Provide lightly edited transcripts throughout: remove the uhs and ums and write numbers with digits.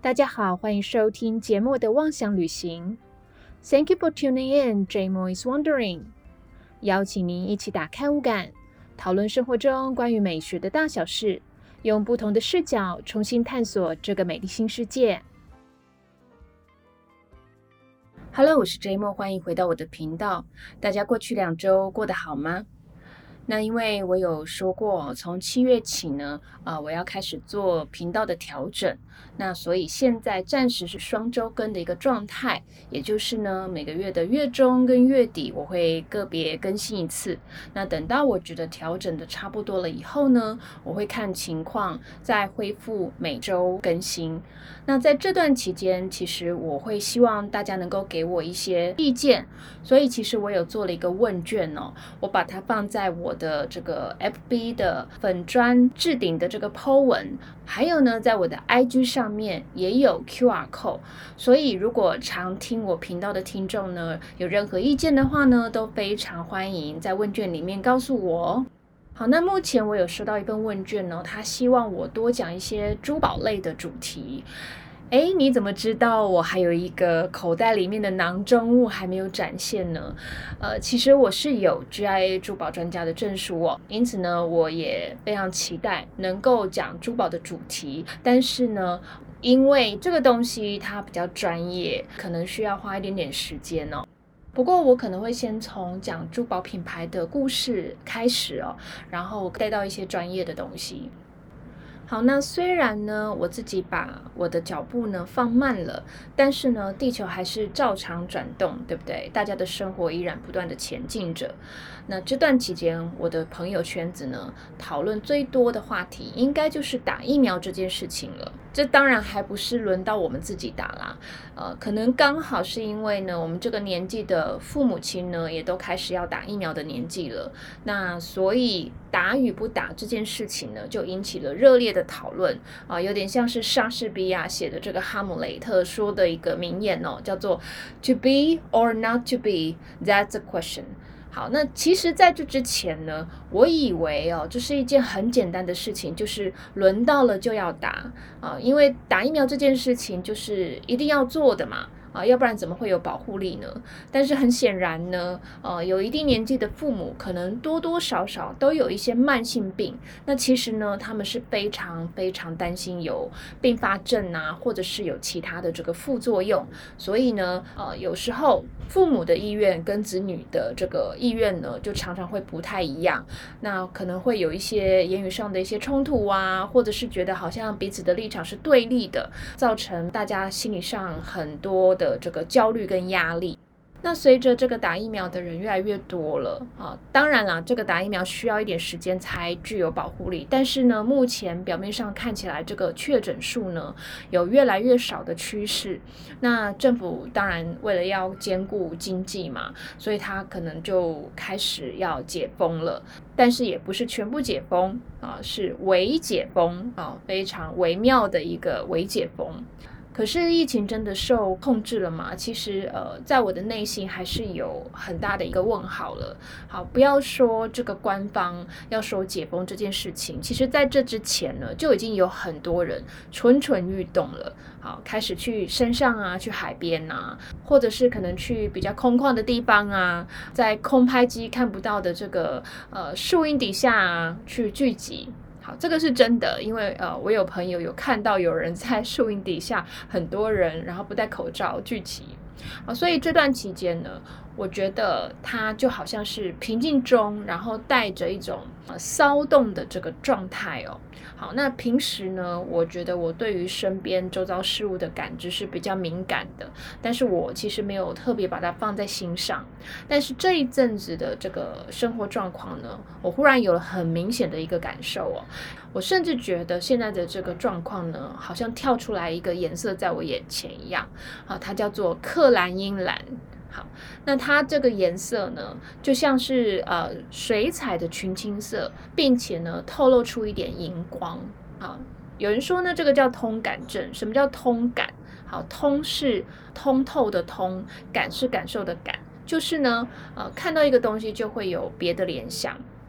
大家好，欢迎收听节目的妄想旅行。Thank you for tuning in. Jmo is wondering. 邀请您一起打开五感，讨论生活中关于美学的大小事，用不同的视角重新探索这个美丽新世界。Hello， 我是 Jmo， 欢迎回到我的频道。大家过去2周过得好吗？那因为我有说过，从7月起呢，我要开始做频道的调整。那所以现在暂时是双周更的一个状态，也就是呢，每个月的月中跟月底我会个别更新一次。那等到我觉得调整的差不多了以后呢，我会看情况再恢复每周更新。那在这段期间，其实我会希望大家能够给我一些意见，所以其实我有做了一个问卷哦，我把它放在我的这个 FB 的粉专置顶的这个 po 文，还有呢，在我的 IG 上面也有 QR code， 所以如果常听我频道的听众呢，有任何意见的话呢，都非常欢迎在问卷里面告诉我。好，那目前我有收到一份问卷哦，他希望我多讲一些珠宝类的主题。你怎么知道我还有一个口袋里面的囊中物还没有展现呢？其实我是有 GIA 珠宝专家的证书哦，因此呢，我也非常期待能够讲珠宝的主题。但是呢，因为这个东西它比较专业，可能需要花一点点时间哦。不过我可能会先从讲珠宝品牌的故事开始哦，然后带到一些专业的东西。好，那虽然呢，我自己把我的脚步呢放慢了，但是呢，地球还是照常转动，对不对？大家的生活依然不断的前进着。那这段期间，我的朋友圈子呢，讨论最多的话题，应该就是打疫苗这件事情了。这当然还不是轮到我们自己打啦，可能刚好是因为呢，我们这个年纪的父母亲呢，也都开始要打疫苗的年纪了。那所以打与不打这件事情呢，就引起了热烈的讨论有点像是莎士比亚写的这个哈姆雷特说的一个名言哦，叫做 "To be or not to be, that's a question." 好，那其实在这之前呢，我以为这是一件很简单的事情，就是轮到了就要打因为打疫苗这件事情就是一定要做的嘛。要不然怎么会有保护力呢？但是很显然呢，有一定年纪的父母可能多多少少都有一些慢性病。那其实呢，他们是非常非常担心有并发症啊，或者是有其他的这个副作用。所以呢，有时候父母的意愿跟子女的这个意愿呢，就常常会不太一样。那可能会有一些言语上的一些冲突啊，或者是觉得好像彼此的立场是对立的，造成大家心理上很多的这个焦虑跟压力。那随着这个打疫苗的人越来越多了当然啦，这个打疫苗需要一点时间才具有保护力，但是呢，目前表面上看起来这个确诊数呢有越来越少的趋势。那政府当然为了要兼顾经济嘛，所以他可能就开始要解封了，但是也不是全部解封是微解封非常微妙的一个微解封。可是疫情真的受控制了吗？其实在我的内心还是有很大的一个问号了。好，不要说这个官方要说解封这件事情，其实在这之前呢，就已经有很多人蠢蠢欲动了。好，开始去山上啊，去海边啊，或者是可能去比较空旷的地方啊，在空拍机看不到的这个树荫底下啊，去聚集。好，这个是真的，因为我有朋友有看到有人在树荫底下，很多人然后不戴口罩聚集所以这段期间呢，我觉得它就好像是平静中，然后带着一种骚动的这个状态好，那平时呢，我觉得我对于身边周遭事物的感知是比较敏感的，但是我其实没有特别把它放在心上。但是这一阵子的这个生活状况呢，我忽然有了很明显的一个感受我甚至觉得现在的这个状况呢，好像跳出来一个颜色在我眼前一样它叫做克兰因蓝。好，那它这个颜色呢，就像是水彩的群青色，并且呢透露出一点荧光。好，有人说呢，这个叫通感症。什么叫通感？好，通是通透的通，感是感受的感，就是呢看到一个东西就会有别的联想。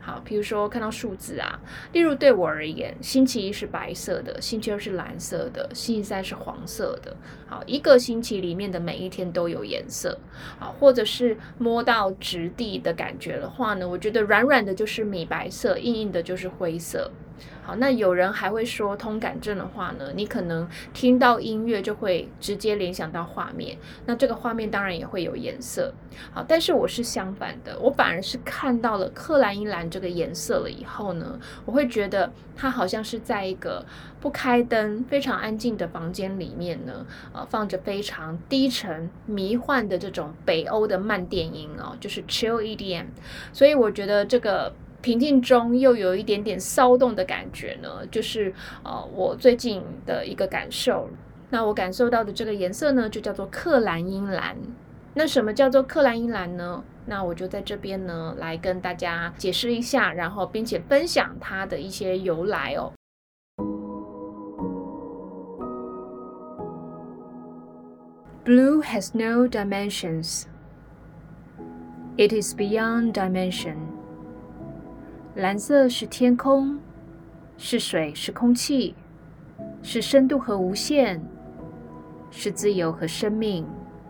好，比如说看到数字啊，例如对我而言，星期一是白色的，星期二是蓝色的，星期三是黄色的。好，一个星期里面的每一天都有颜色。好，或者是摸到质地的感觉的话呢，我觉得软软的就是米白色，硬硬的就是灰色。好，那有人还会说通感症的话呢，你可能听到音乐就会直接联想到画面，那这个画面当然也会有颜色。好，但是我是相反的，我反而是看到了克莱因蓝这个颜色了以后呢，我会觉得它好像是在一个不开灯、非常安静的房间里面呢，放着非常低沉、迷幻的这种北欧的慢电音哦，就是 Chill EDM， 所以我觉得这个平静中又有一点点骚动的感觉呢，就是我最近的一个感受。那我感受到的这个颜色呢，就叫做克莱因蓝。那什么叫做克莱因蓝呢？那我就在这边呢来跟大家解释一下，然后并且分享它的一些由来哦。Blue has no dimensions. It is beyond dimension. 蓝色是天空，是水，是空气，是深度和无限，是自由和生命。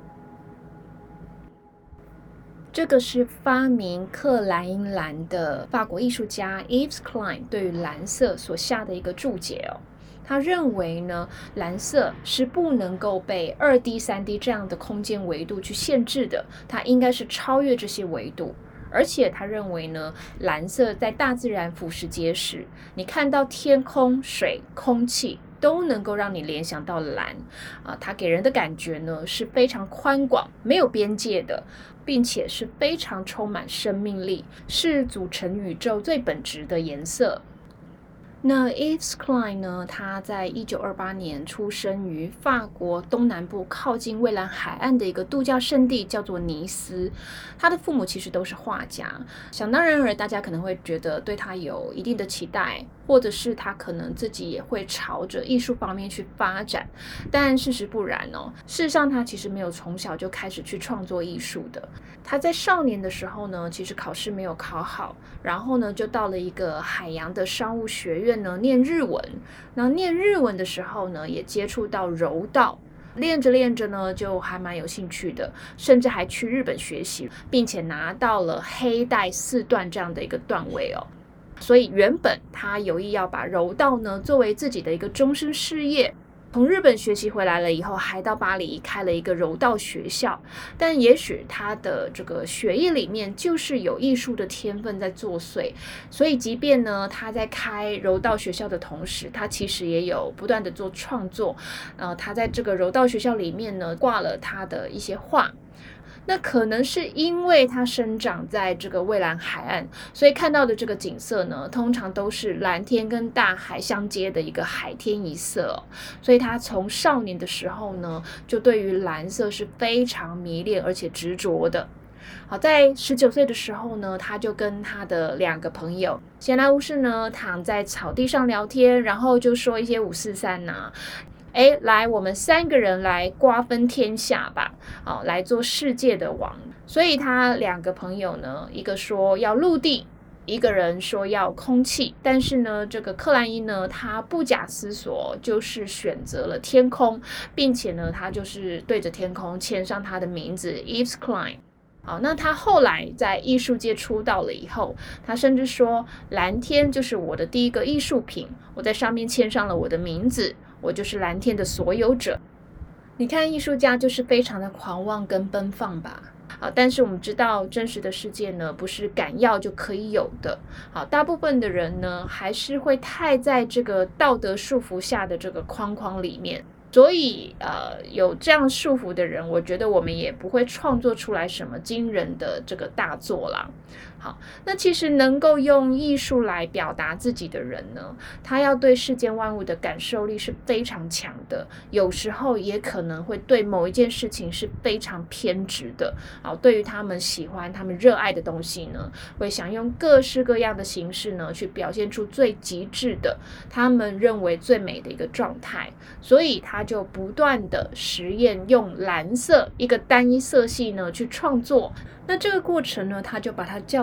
这个是发明克莱因蓝的法国艺术家 Yves Klein 对于蓝色所下的一个注解哦。他认为呢，蓝色是不能够被2D、3D 这样的空间维度去限制的，它应该是超越这些维度。而且他认为呢，蓝色在大自然俯拾皆是，你看到天空、水、空气都能够让你联想到蓝它给人的感觉呢是非常宽广、没有边界的，并且是非常充满生命力，是组成宇宙最本质的颜色。那 Yves Klein 呢，他在1928年出生于法国东南部靠近蔚蓝海岸的一个度假胜地，叫做尼斯。他的父母其实都是画家，想当然尔，大家可能会觉得对他有一定的期待，或者是他可能自己也会朝着艺术方面去发展。但事实不然哦，事实上他其实没有从小就开始去创作艺术的。他在少年的时候呢，其实考试没有考好，然后呢就到了一个海洋的商务学院呢念日文。那念日文的时候呢，也接触到柔道。练着练着呢，就还蛮有兴趣的，甚至还去日本学习，并且拿到了黑带4段这样的一个段位哦。所以原本他有意要把柔道呢作为自己的一个终身事业。从日本学习回来了以后，还到巴黎开了一个柔道学校，但也许他的这个血液里面就是有艺术的天分在作祟，所以即便呢他在开柔道学校的同时，他其实也有不断的做创作。他在这个柔道学校里面呢挂了他的一些画。那可能是因为它生长在这个蔚蓝海岸，所以看到的这个景色呢，通常都是蓝天跟大海相接的一个海天一色哦。所以他从少年的时候呢，就对于蓝色是非常迷恋而且执着的。好，在19岁的时候呢，他就跟他的2个朋友闲来无事呢，躺在草地上聊天，然后就说一些543啊。来，我们3个人来瓜分天下吧，来做世界的王。所以他2个朋友呢，一个说要陆地，一个人说要空气。但是呢，这个克莱因呢，他不假思索，就是选择了天空，并且呢，他就是对着天空签上他的名字 Yves Klein。好，那他后来在艺术界出道了以后，他甚至说蓝天就是我的第一个艺术品，我在上面签上了我的名字，我就是蓝天的所有者。你看艺术家就是非常的狂妄跟奔放吧。好，但是我们知道真实的世界呢，不是敢要就可以有的。好，大部分的人呢，还是会太在这个道德束缚下的这个框框里面。所以有这样束缚的人，我觉得我们也不会创作出来什么惊人的这个大作啦。好，那其实能够用艺术来表达自己的人呢，他要对世间万物的感受力是非常强的，有时候也可能会对某一件事情是非常偏执的。好，对于他们喜欢、他们热爱的东西呢，会想用各式各样的形式呢，去表现出最极致的，他们认为最美的一个状态。所以他就不断的实验用蓝色一个单一色系呢去创作。那这个过程呢，他就把它叫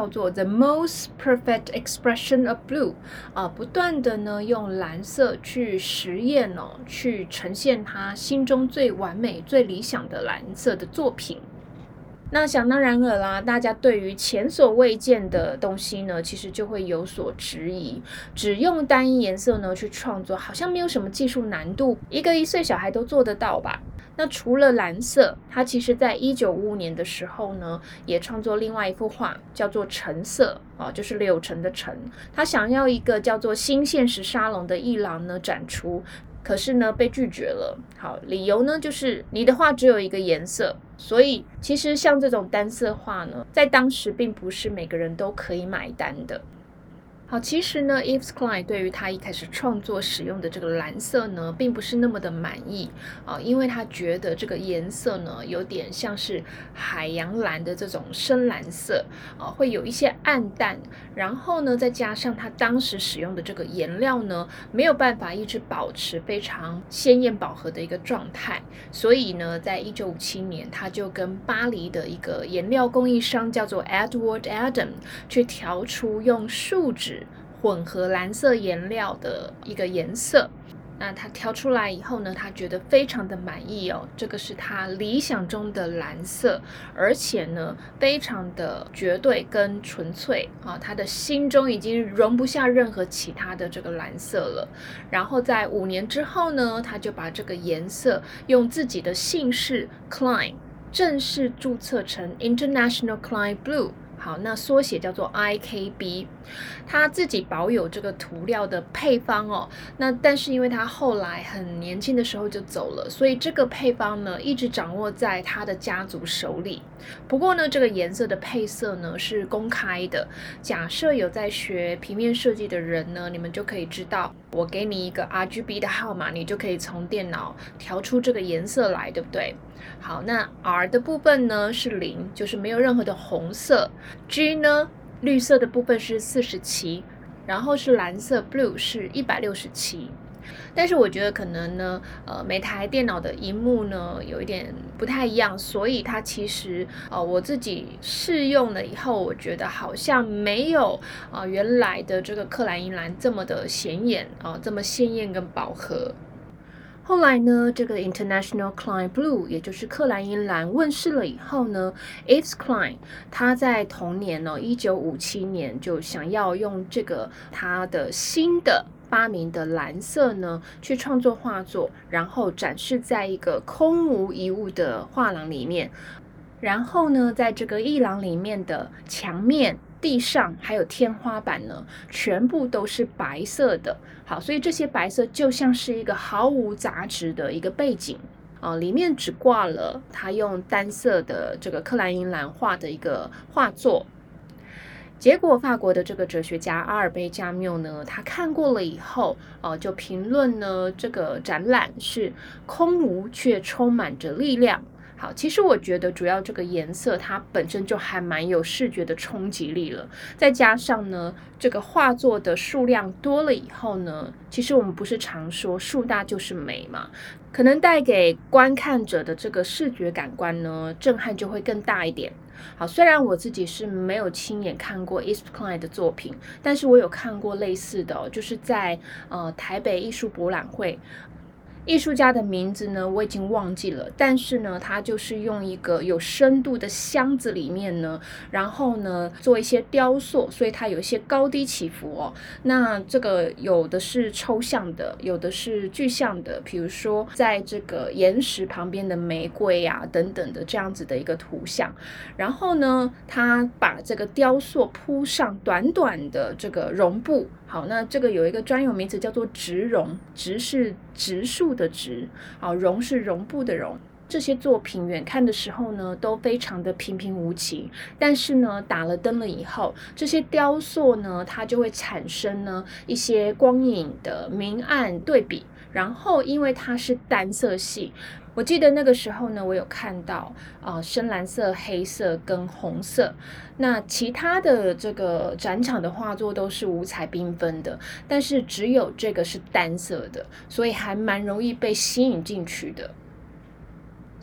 叫做 The Most Perfect Expression of Blue 不断的呢用蓝色去实验去呈现他心中最完美最理想的蓝色的作品。那想当然尔啦，大家对于前所未见的东西呢，其实就会有所质疑。只用单一颜色呢去创作，好像没有什么技术难度，一个1岁小孩都做得到吧？那除了蓝色，他其实在1955年的时候呢，也创作另外一幅画，叫做橙色就是柳橙的橙。他想要一个叫做新现实沙龙的艺廊呢展出。可是呢被拒绝了。好，理由呢就是你的画只有一个颜色，所以其实像这种单色画呢，在当时并不是每个人都可以买单的。好，其实呢 Yves Klein 对于他一开始创作使用的这个蓝色呢，并不是那么的满意因为他觉得这个颜色呢，有点像是海洋蓝的这种深蓝色会有一些暗淡，然后呢，再加上他当时使用的这个颜料呢，没有办法一直保持非常鲜艳饱和的一个状态，所以呢，在1957年，他就跟巴黎的一个颜料工艺商叫做 Edward Adam 去调出用树脂混合蓝色颜料的一个颜色。那他调出来以后呢，他觉得非常的满意这个是他理想中的蓝色，而且呢非常的绝对跟纯粹他的心中已经容不下任何其他的这个蓝色了。然后在5年之后呢，他就把这个颜色用自己的姓氏 Klein 正式注册成 International Klein Blue。好，那缩写叫做 IKB。 他自己保有这个涂料的配方那但是因为他后来很年轻的时候就走了，所以这个配方呢一直掌握在他的家族手里。不过呢，这个颜色的配色呢是公开的，假设有在学平面设计的人呢，你们就可以知道，我给你一个 RGB 的号码，你就可以从电脑调出这个颜色来，对不对？好，那 R 的部分呢是0，就是没有任何的红色。G 呢，绿色的部分是47，然后是蓝色 Blue 是167。但是我觉得可能呢，每台电脑的萤幕呢有一点不太一样，所以它其实我自己试用了以后，我觉得好像没有原来的这个克莱因蓝这么的显眼这么鲜艳跟饱和。后来呢，这个 International Klein Blue 也就是克莱因蓝问世了以后呢， Yves Klein 他在同年1957年就想要用这个他的新的发明的蓝色呢去创作画作，然后展示在一个空无一物的画廊里面。然后呢，在这个艺廊里面的墙面、地上还有天花板呢，全部都是白色的。好，所以这些白色就像是一个毫无杂质的一个背景里面只挂了他用单色的这个克莱因蓝画的一个画作。结果法国的这个哲学家阿尔贝加缪呢，他看过了以后就评论呢，这个展览是空无却充满着力量。好，其实我觉得主要这个颜色它本身就还蛮有视觉的冲击力了，再加上呢这个画作的数量多了以后呢，其实我们不是常说数大就是美嘛，可能带给观看者的这个视觉感官呢震撼就会更大一点。好，虽然我自己是没有亲眼看过 Yves Klein 的作品，但是我有看过类似的就是在台北艺术博览会。艺术家的名字呢我已经忘记了，但是呢他就是用一个有深度的箱子里面呢，然后呢做一些雕塑，所以它有一些高低起伏那这个有的是抽象的，有的是具象的，比如说在这个岩石旁边的玫瑰等等的这样子的一个图像。然后呢他把这个雕塑铺上短短的这个绒布。好，那这个有一个专有名词叫做植绒，植是植树的植，绒是绒布的绒。这些作品远看的时候呢都非常的平平无奇，但是呢打了灯了以后，这些雕塑呢它就会产生呢一些光影的明暗对比，然后因为它是单色系，我记得那个时候呢我有看到深蓝色、黑色跟红色，那其他的这个展场的画作都是五彩缤纷的，但是只有这个是单色的，所以还蛮容易被吸引进去的。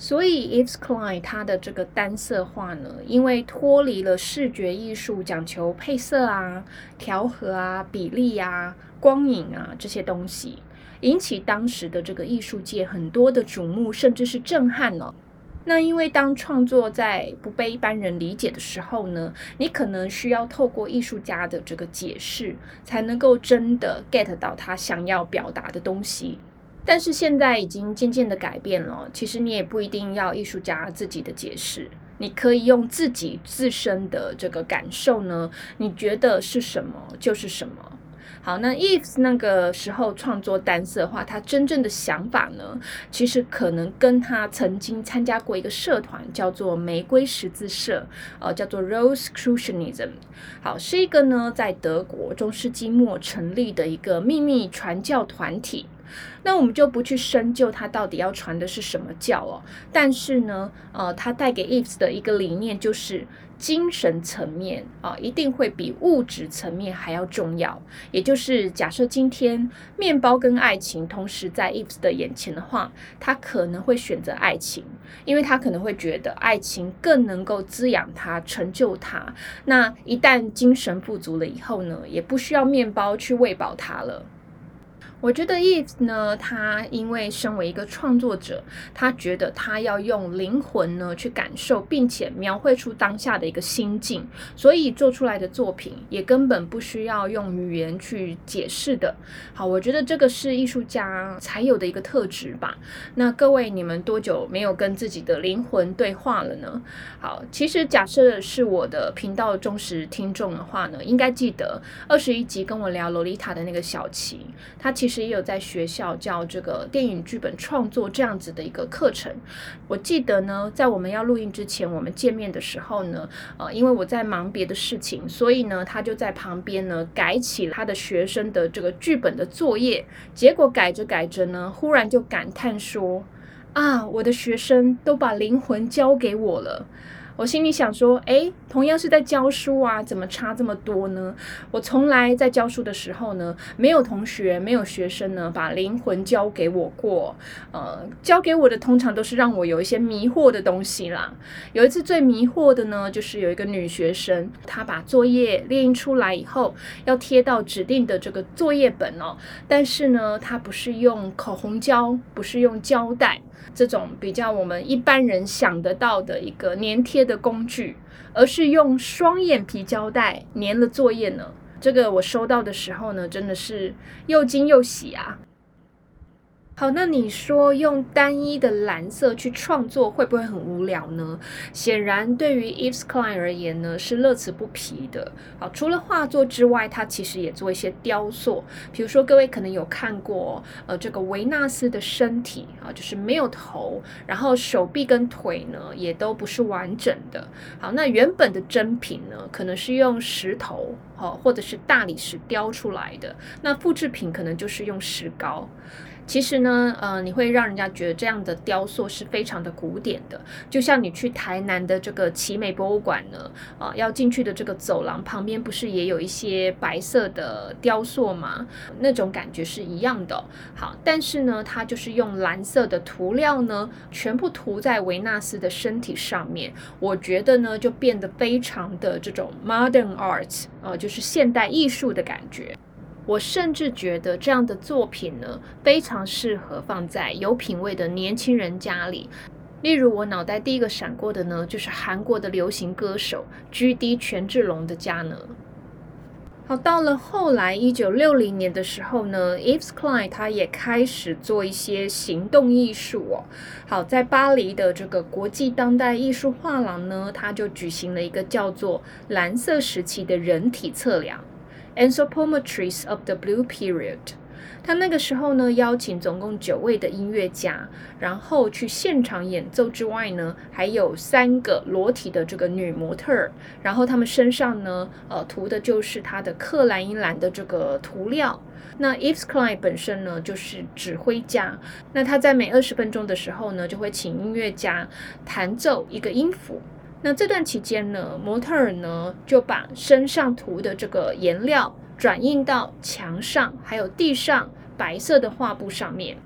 所以 Yves Klein 它的这个单色画呢，因为脱离了视觉艺术讲求配色啊、调和啊、比例啊、光影啊这些东西，引起当时的这个艺术界很多的瞩目，甚至是震撼哦。那因为当创作在不被一般人理解的时候呢，你可能需要透过艺术家的这个解释，才能够真的 get 到他想要表达的东西。但是现在已经渐渐的改变了，其实你也不一定要艺术家自己的解释，你可以用自己自身的这个感受呢，你觉得是什么就是什么。好，那 Yves 那个时候创作单色画，他真正的想法呢，其实可能跟他曾经参加过一个社团，叫做玫瑰十字社，叫做 Rosicrucianism。好，是一个呢在德国中世纪末成立的一个秘密传教团体。那我们就不去深究它到底要传的是什么教哦，但是呢，它带给 Yves 的一个理念就是精神层面一定会比物质层面还要重要。也就是假设今天面包跟爱情同时在 Yves 的眼前的话，他可能会选择爱情，因为他可能会觉得爱情更能够滋养他、成就他。那一旦精神富足了以后呢，也不需要面包去喂饱他了。我觉得 Yves 呢，他因为身为一个创作者，他觉得他要用灵魂呢去感受，并且描绘出当下的一个心境，所以做出来的作品也根本不需要用语言去解释的。好，我觉得这个是艺术家才有的一个特质吧。那各位，你们多久没有跟自己的灵魂对话了呢？好，其实假设是我的频道忠实听众的话呢，应该记得21集跟我聊洛丽塔的那个小琪，他其实也有在学校教这个电影剧本创作这样子的一个课程。我记得呢，在我们要录音之前，我们见面的时候呢，因为我在忙别的事情，所以呢，他就在旁边呢改起了他的学生的这个剧本的作业。结果改着改着呢，忽然就感叹说：“啊，我的学生都把灵魂交给我了。”我心里想说，同样是在教书啊，怎么差这么多呢？我从来在教书的时候呢，没有同学，没有学生呢，把灵魂交给我过。交给我的通常都是让我有一些迷惑的东西啦。有一次最迷惑的呢，就是有一个女学生，她把作业列印出来以后，要贴到指定的这个作业本哦，但是呢，她不是用口红胶，不是用胶带。这种比较我们一般人想得到的一个粘贴的工具，而是用双眼皮胶带粘了作业呢。这个我收到的时候呢，真的是又惊又喜啊。好，那你说用单一的蓝色去创作会不会很无聊呢？显然对于 Yves Klein 而言呢，是乐此不疲的。好，除了画作之外，他其实也做一些雕塑。比如说各位可能有看过这个维纳斯的身体就是没有头，然后手臂跟腿呢也都不是完整的。好，那原本的真品呢，可能是用石头或者是大理石雕出来的，那复制品可能就是用石膏。其实呢，你会让人家觉得这样的雕塑是非常的古典的，就像你去台南的这个奇美博物馆呢，要进去的这个走廊旁边不是也有一些白色的雕塑吗？那种感觉是一样的。好，但是呢，它就是用蓝色的涂料呢，全部涂在维纳斯的身体上面，我觉得呢，就变得非常的这种 modern art，就是现代艺术的感觉。我甚至觉得这样的作品呢，非常适合放在有品味的年轻人家里。例如我脑袋第一个闪过的呢，就是韩国的流行歌手 GD 权志龙的家呢。好，到了后来1960年的时候呢， Yves Klein 他也开始做一些行动艺术哦。好，在巴黎的这个国际当代艺术画廊呢，他就举行了一个叫做蓝色时期的人体测量，Anthropometries of the Blue Period。 他那个时候呢，邀请总共9位的音乐家，然后去现场演奏之外呢，还有3个裸体的这个女模特儿，然后他们身上呢，涂的就是他的克莱因蓝的这个涂料。那 Yves Klein 本身呢，就是指挥家，那他在每20分钟的时候呢，就会请音乐家弹奏一个音符。那这段期间呢，模特儿呢就把身上涂的这个颜料转印到墙上还有地上白色的画布上面。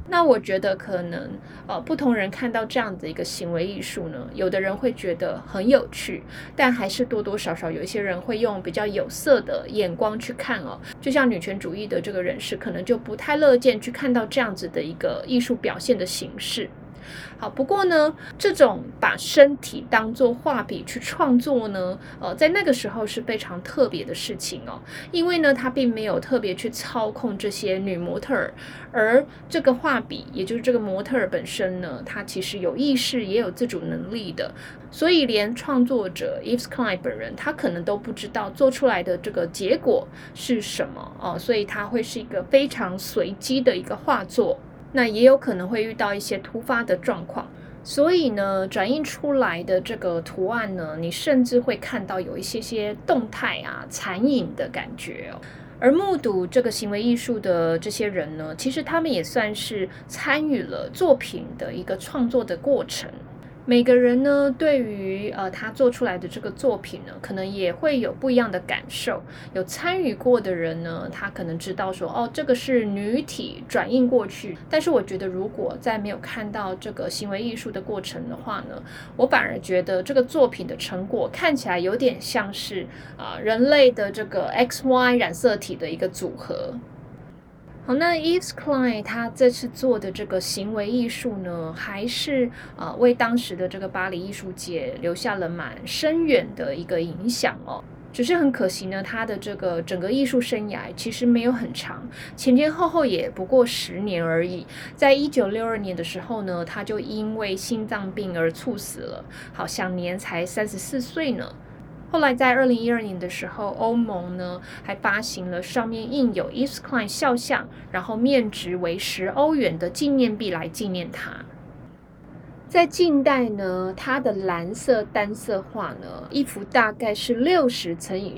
那我觉得可能不同人看到这样的一个行为艺术呢，有的人会觉得很有趣，但还是多多少少有一些人会用比较有色的眼光去看哦。就像女权主义的这个人士，可能就不太乐见去看到这样子的一个艺术表现的形式。好，不过呢，这种把身体当作画笔去创作呢，在那个时候是非常特别的事情哦，因为呢，他并没有特别去操控这些女模特儿，而这个画笔，也就是这个模特儿本身呢，他其实有意识，也有自主能力的，所以连创作者 Yves Klein 本人，他可能都不知道做出来的这个结果是什么哦，所以他会是一个非常随机的一个画作。那也有可能会遇到一些突发的状况，所以呢，转印出来的这个图案呢，你甚至会看到有一些动态啊、残影的感觉哦。而目睹这个行为艺术的这些人呢，其实他们也算是参与了作品的一个创作的过程。每个人呢，对于他做出来的这个作品呢，可能也会有不一样的感受。有参与过的人呢，他可能知道说，哦，这个是女体转印过去。但是我觉得，如果在没有看到这个行为艺术的过程的话呢，我反而觉得这个作品的成果看起来有点像是人类的这个 XY 染色体的一个组合。好，那 Yves Klein 他这次做的这个行为艺术呢，还是为当时的这个巴黎艺术界留下了蛮深远的一个影响哦。只是很可惜呢，他的这个整个艺术生涯其实没有很长，前前后后也不过10年而已。在1962年的时候呢，他就因为心脏病而猝死了，好，享年才34岁呢。后来在2012年的时候，欧盟呢还发行了上面印有 Yves Klein 肖像，然后面值为10欧元的纪念币来纪念他。在近代呢，它的蓝色单色画呢，一幅大概是60乘以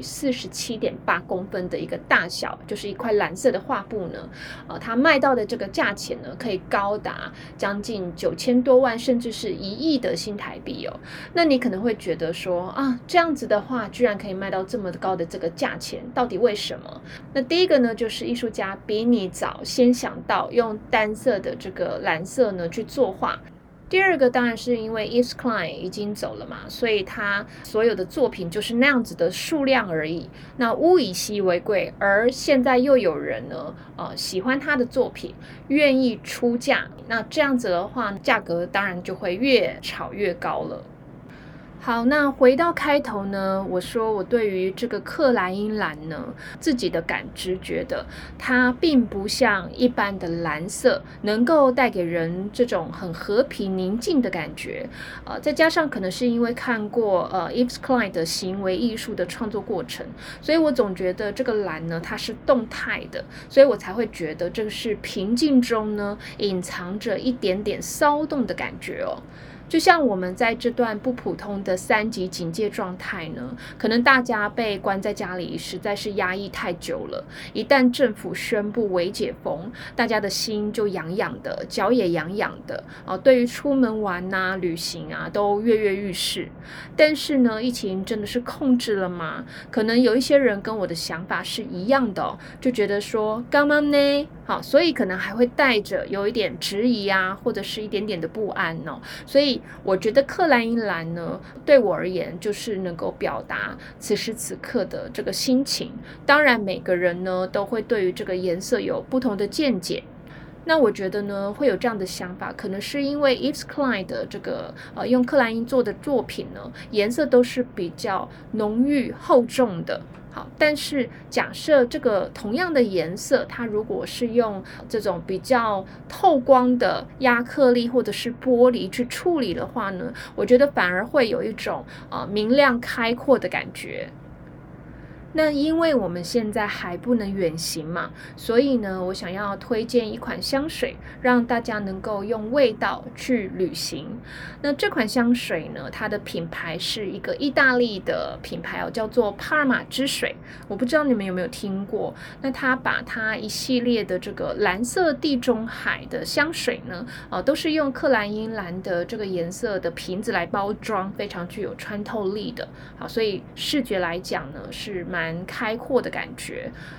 47.8公分的一个大小，就是一块蓝色的画布呢，它卖到的这个价钱呢，可以高达将近9000多万，甚至是1亿的新台币哦。那你可能会觉得说啊，这样子的画居然可以卖到这么高的这个价钱，到底为什么？那第一个呢，就是艺术家比你早先想到用单色的这个蓝色呢去作画。第二个当然是因为 Yves Klein 已经走了嘛，所以他所有的作品就是那样子的数量而已。那物以稀为贵，而现在又有人呢，喜欢他的作品，愿意出价，那这样子的话，价格当然就会越炒越高了。好，那回到开头呢，我说我对于这个克莱因蓝呢，自己的感知觉得它并不像一般的蓝色能够带给人这种很和平宁静的感觉，再加上可能是因为看过Yves Klein 的行为艺术的创作过程，所以我总觉得这个蓝呢它是动态的，所以我才会觉得这个是平静中呢隐藏着一点点骚动的感觉哦。就像我们在这段不普通的3级警戒状态呢，可能大家被关在家里实在是压抑太久了，一旦政府宣布微解封，大家的心就痒痒的，脚也痒痒的，对于出门玩啊、旅行啊都跃跃欲试。但是呢，疫情真的是控制了吗？可能有一些人跟我的想法是一样的哦，就觉得说干嘛呢？好，所以可能还会带着有一点质疑啊，或者是一点点的不安哦。所以我觉得克莱因蓝呢，对我而言就是能够表达此时此刻的这个心情。当然，每个人呢都会对于这个颜色有不同的见解。那我觉得呢，会有这样的想法，可能是因为 Yves Klein 的这个用克莱因做的作品呢，颜色都是比较浓郁厚重的。好，但是假设这个同样的颜色，它如果是用这种比较透光的亚克力或者是玻璃去处理的话呢，我觉得反而会有一种明亮开阔的感觉。那因为我们现在还不能远行嘛，所以呢，我想要推荐一款香水，让大家能够用味道去旅行。那这款香水呢，它的品牌是一个意大利的品牌哦，叫做帕尔玛之水。我不知道你们有没有听过？那它把它一系列的这个蓝色地中海的香水呢，都是用克莱因蓝的这个颜色的瓶子来包装，非常具有穿透力的。好，所以视觉来讲呢，是蛮开阔的感觉。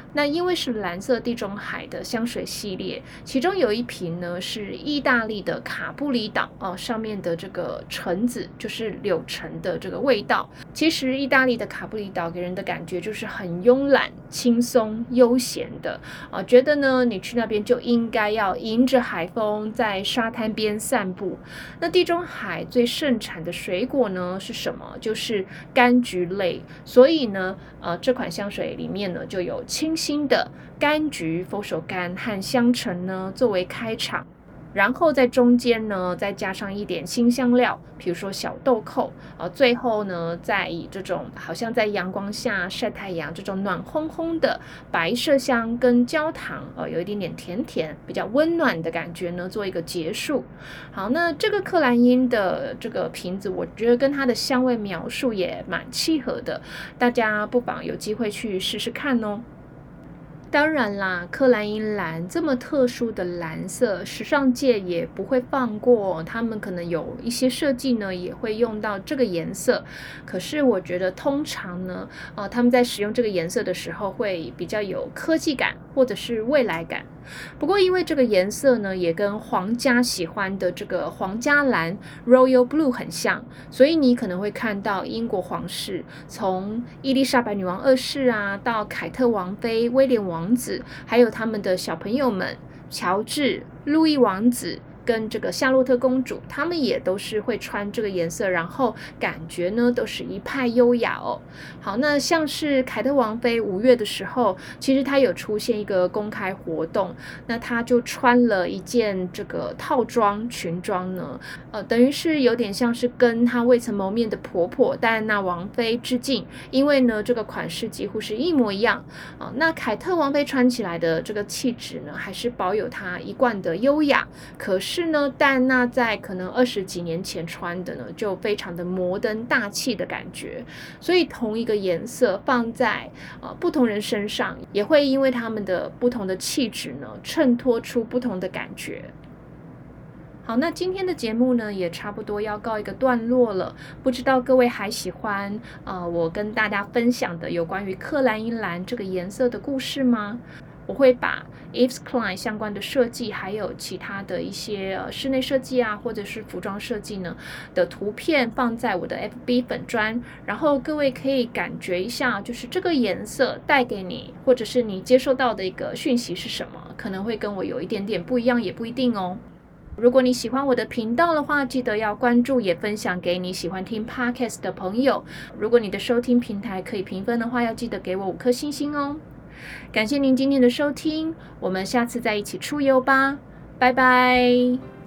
那因为是蓝色地中海的香水系列，其中有一瓶呢是意大利的卡布里岛上面的这个橙子就是柳橙的这个味道。其实意大利的卡布里岛给人的感觉就是很慵懒、轻松、悠闲的觉得呢你去那边就应该要迎着海风在沙滩边散步。那地中海最盛产的水果呢是什么？就是柑橘类，所以呢这款香水里面呢就有清新的柑橘、佛手柑和香橙呢作为开场，然后在中间呢再加上一点新香料，比如说小豆蔻最后呢再以这种好像在阳光下晒太阳这种暖烘烘的白麝香跟焦糖有一点点甜甜比较温暖的感觉呢做一个结束。好，那这个克兰因的这个瓶子我觉得跟它的香味描述也蛮契合的，大家不妨有机会去试试看哦。当然啦，克兰因蓝这么特殊的蓝色，时尚界也不会放过，他们可能有一些设计呢也会用到这个颜色。可是我觉得通常呢他们在使用这个颜色的时候会比较有科技感或者是未来感。不过因为这个颜色呢也跟皇家喜欢的这个皇家蓝 Royal Blue 很像，所以你可能会看到英国皇室从伊丽莎白女王2世到凯特王妃、威廉王子，还有他们的小朋友们乔治、路易王子跟这个夏洛特公主，他们也都是会穿这个颜色，然后感觉呢都是一派优雅哦。好，那像是凯特王妃5月的时候，其实她有出现一个公开活动，那她就穿了一件这个套装裙装呢，等于是有点像是跟她未曾谋面的婆婆戴安娜王妃致敬，因为呢这个款式几乎是一模一样那凯特王妃穿起来的这个气质呢，还是保有她一贯的优雅，可是呢戴安娜在可能20几年前穿的呢就非常的摩登大气的感觉，所以同一个颜色放在不同人身上，也会因为他们的不同的气质呢衬托出不同的感觉。好，那今天的节目呢也差不多要告一个段落了，不知道各位还喜欢我跟大家分享的有关于克兰因蓝这个颜色的故事吗？我会把 Yves Klein 相关的设计，还有其他的一些室内设计或者是服装设计呢的图片放在我的 FB 粉专，然后各位可以感觉一下，就是这个颜色带给你，或者是你接受到的一个讯息是什么，可能会跟我有一点点不一样，也不一定哦。如果你喜欢我的频道的话，记得要关注，也分享给你喜欢听 Podcast 的朋友。如果你的收听平台可以评分的话，要记得给我5颗星星哦。感谢您今天的收听，我们下次再一起出游吧，拜拜。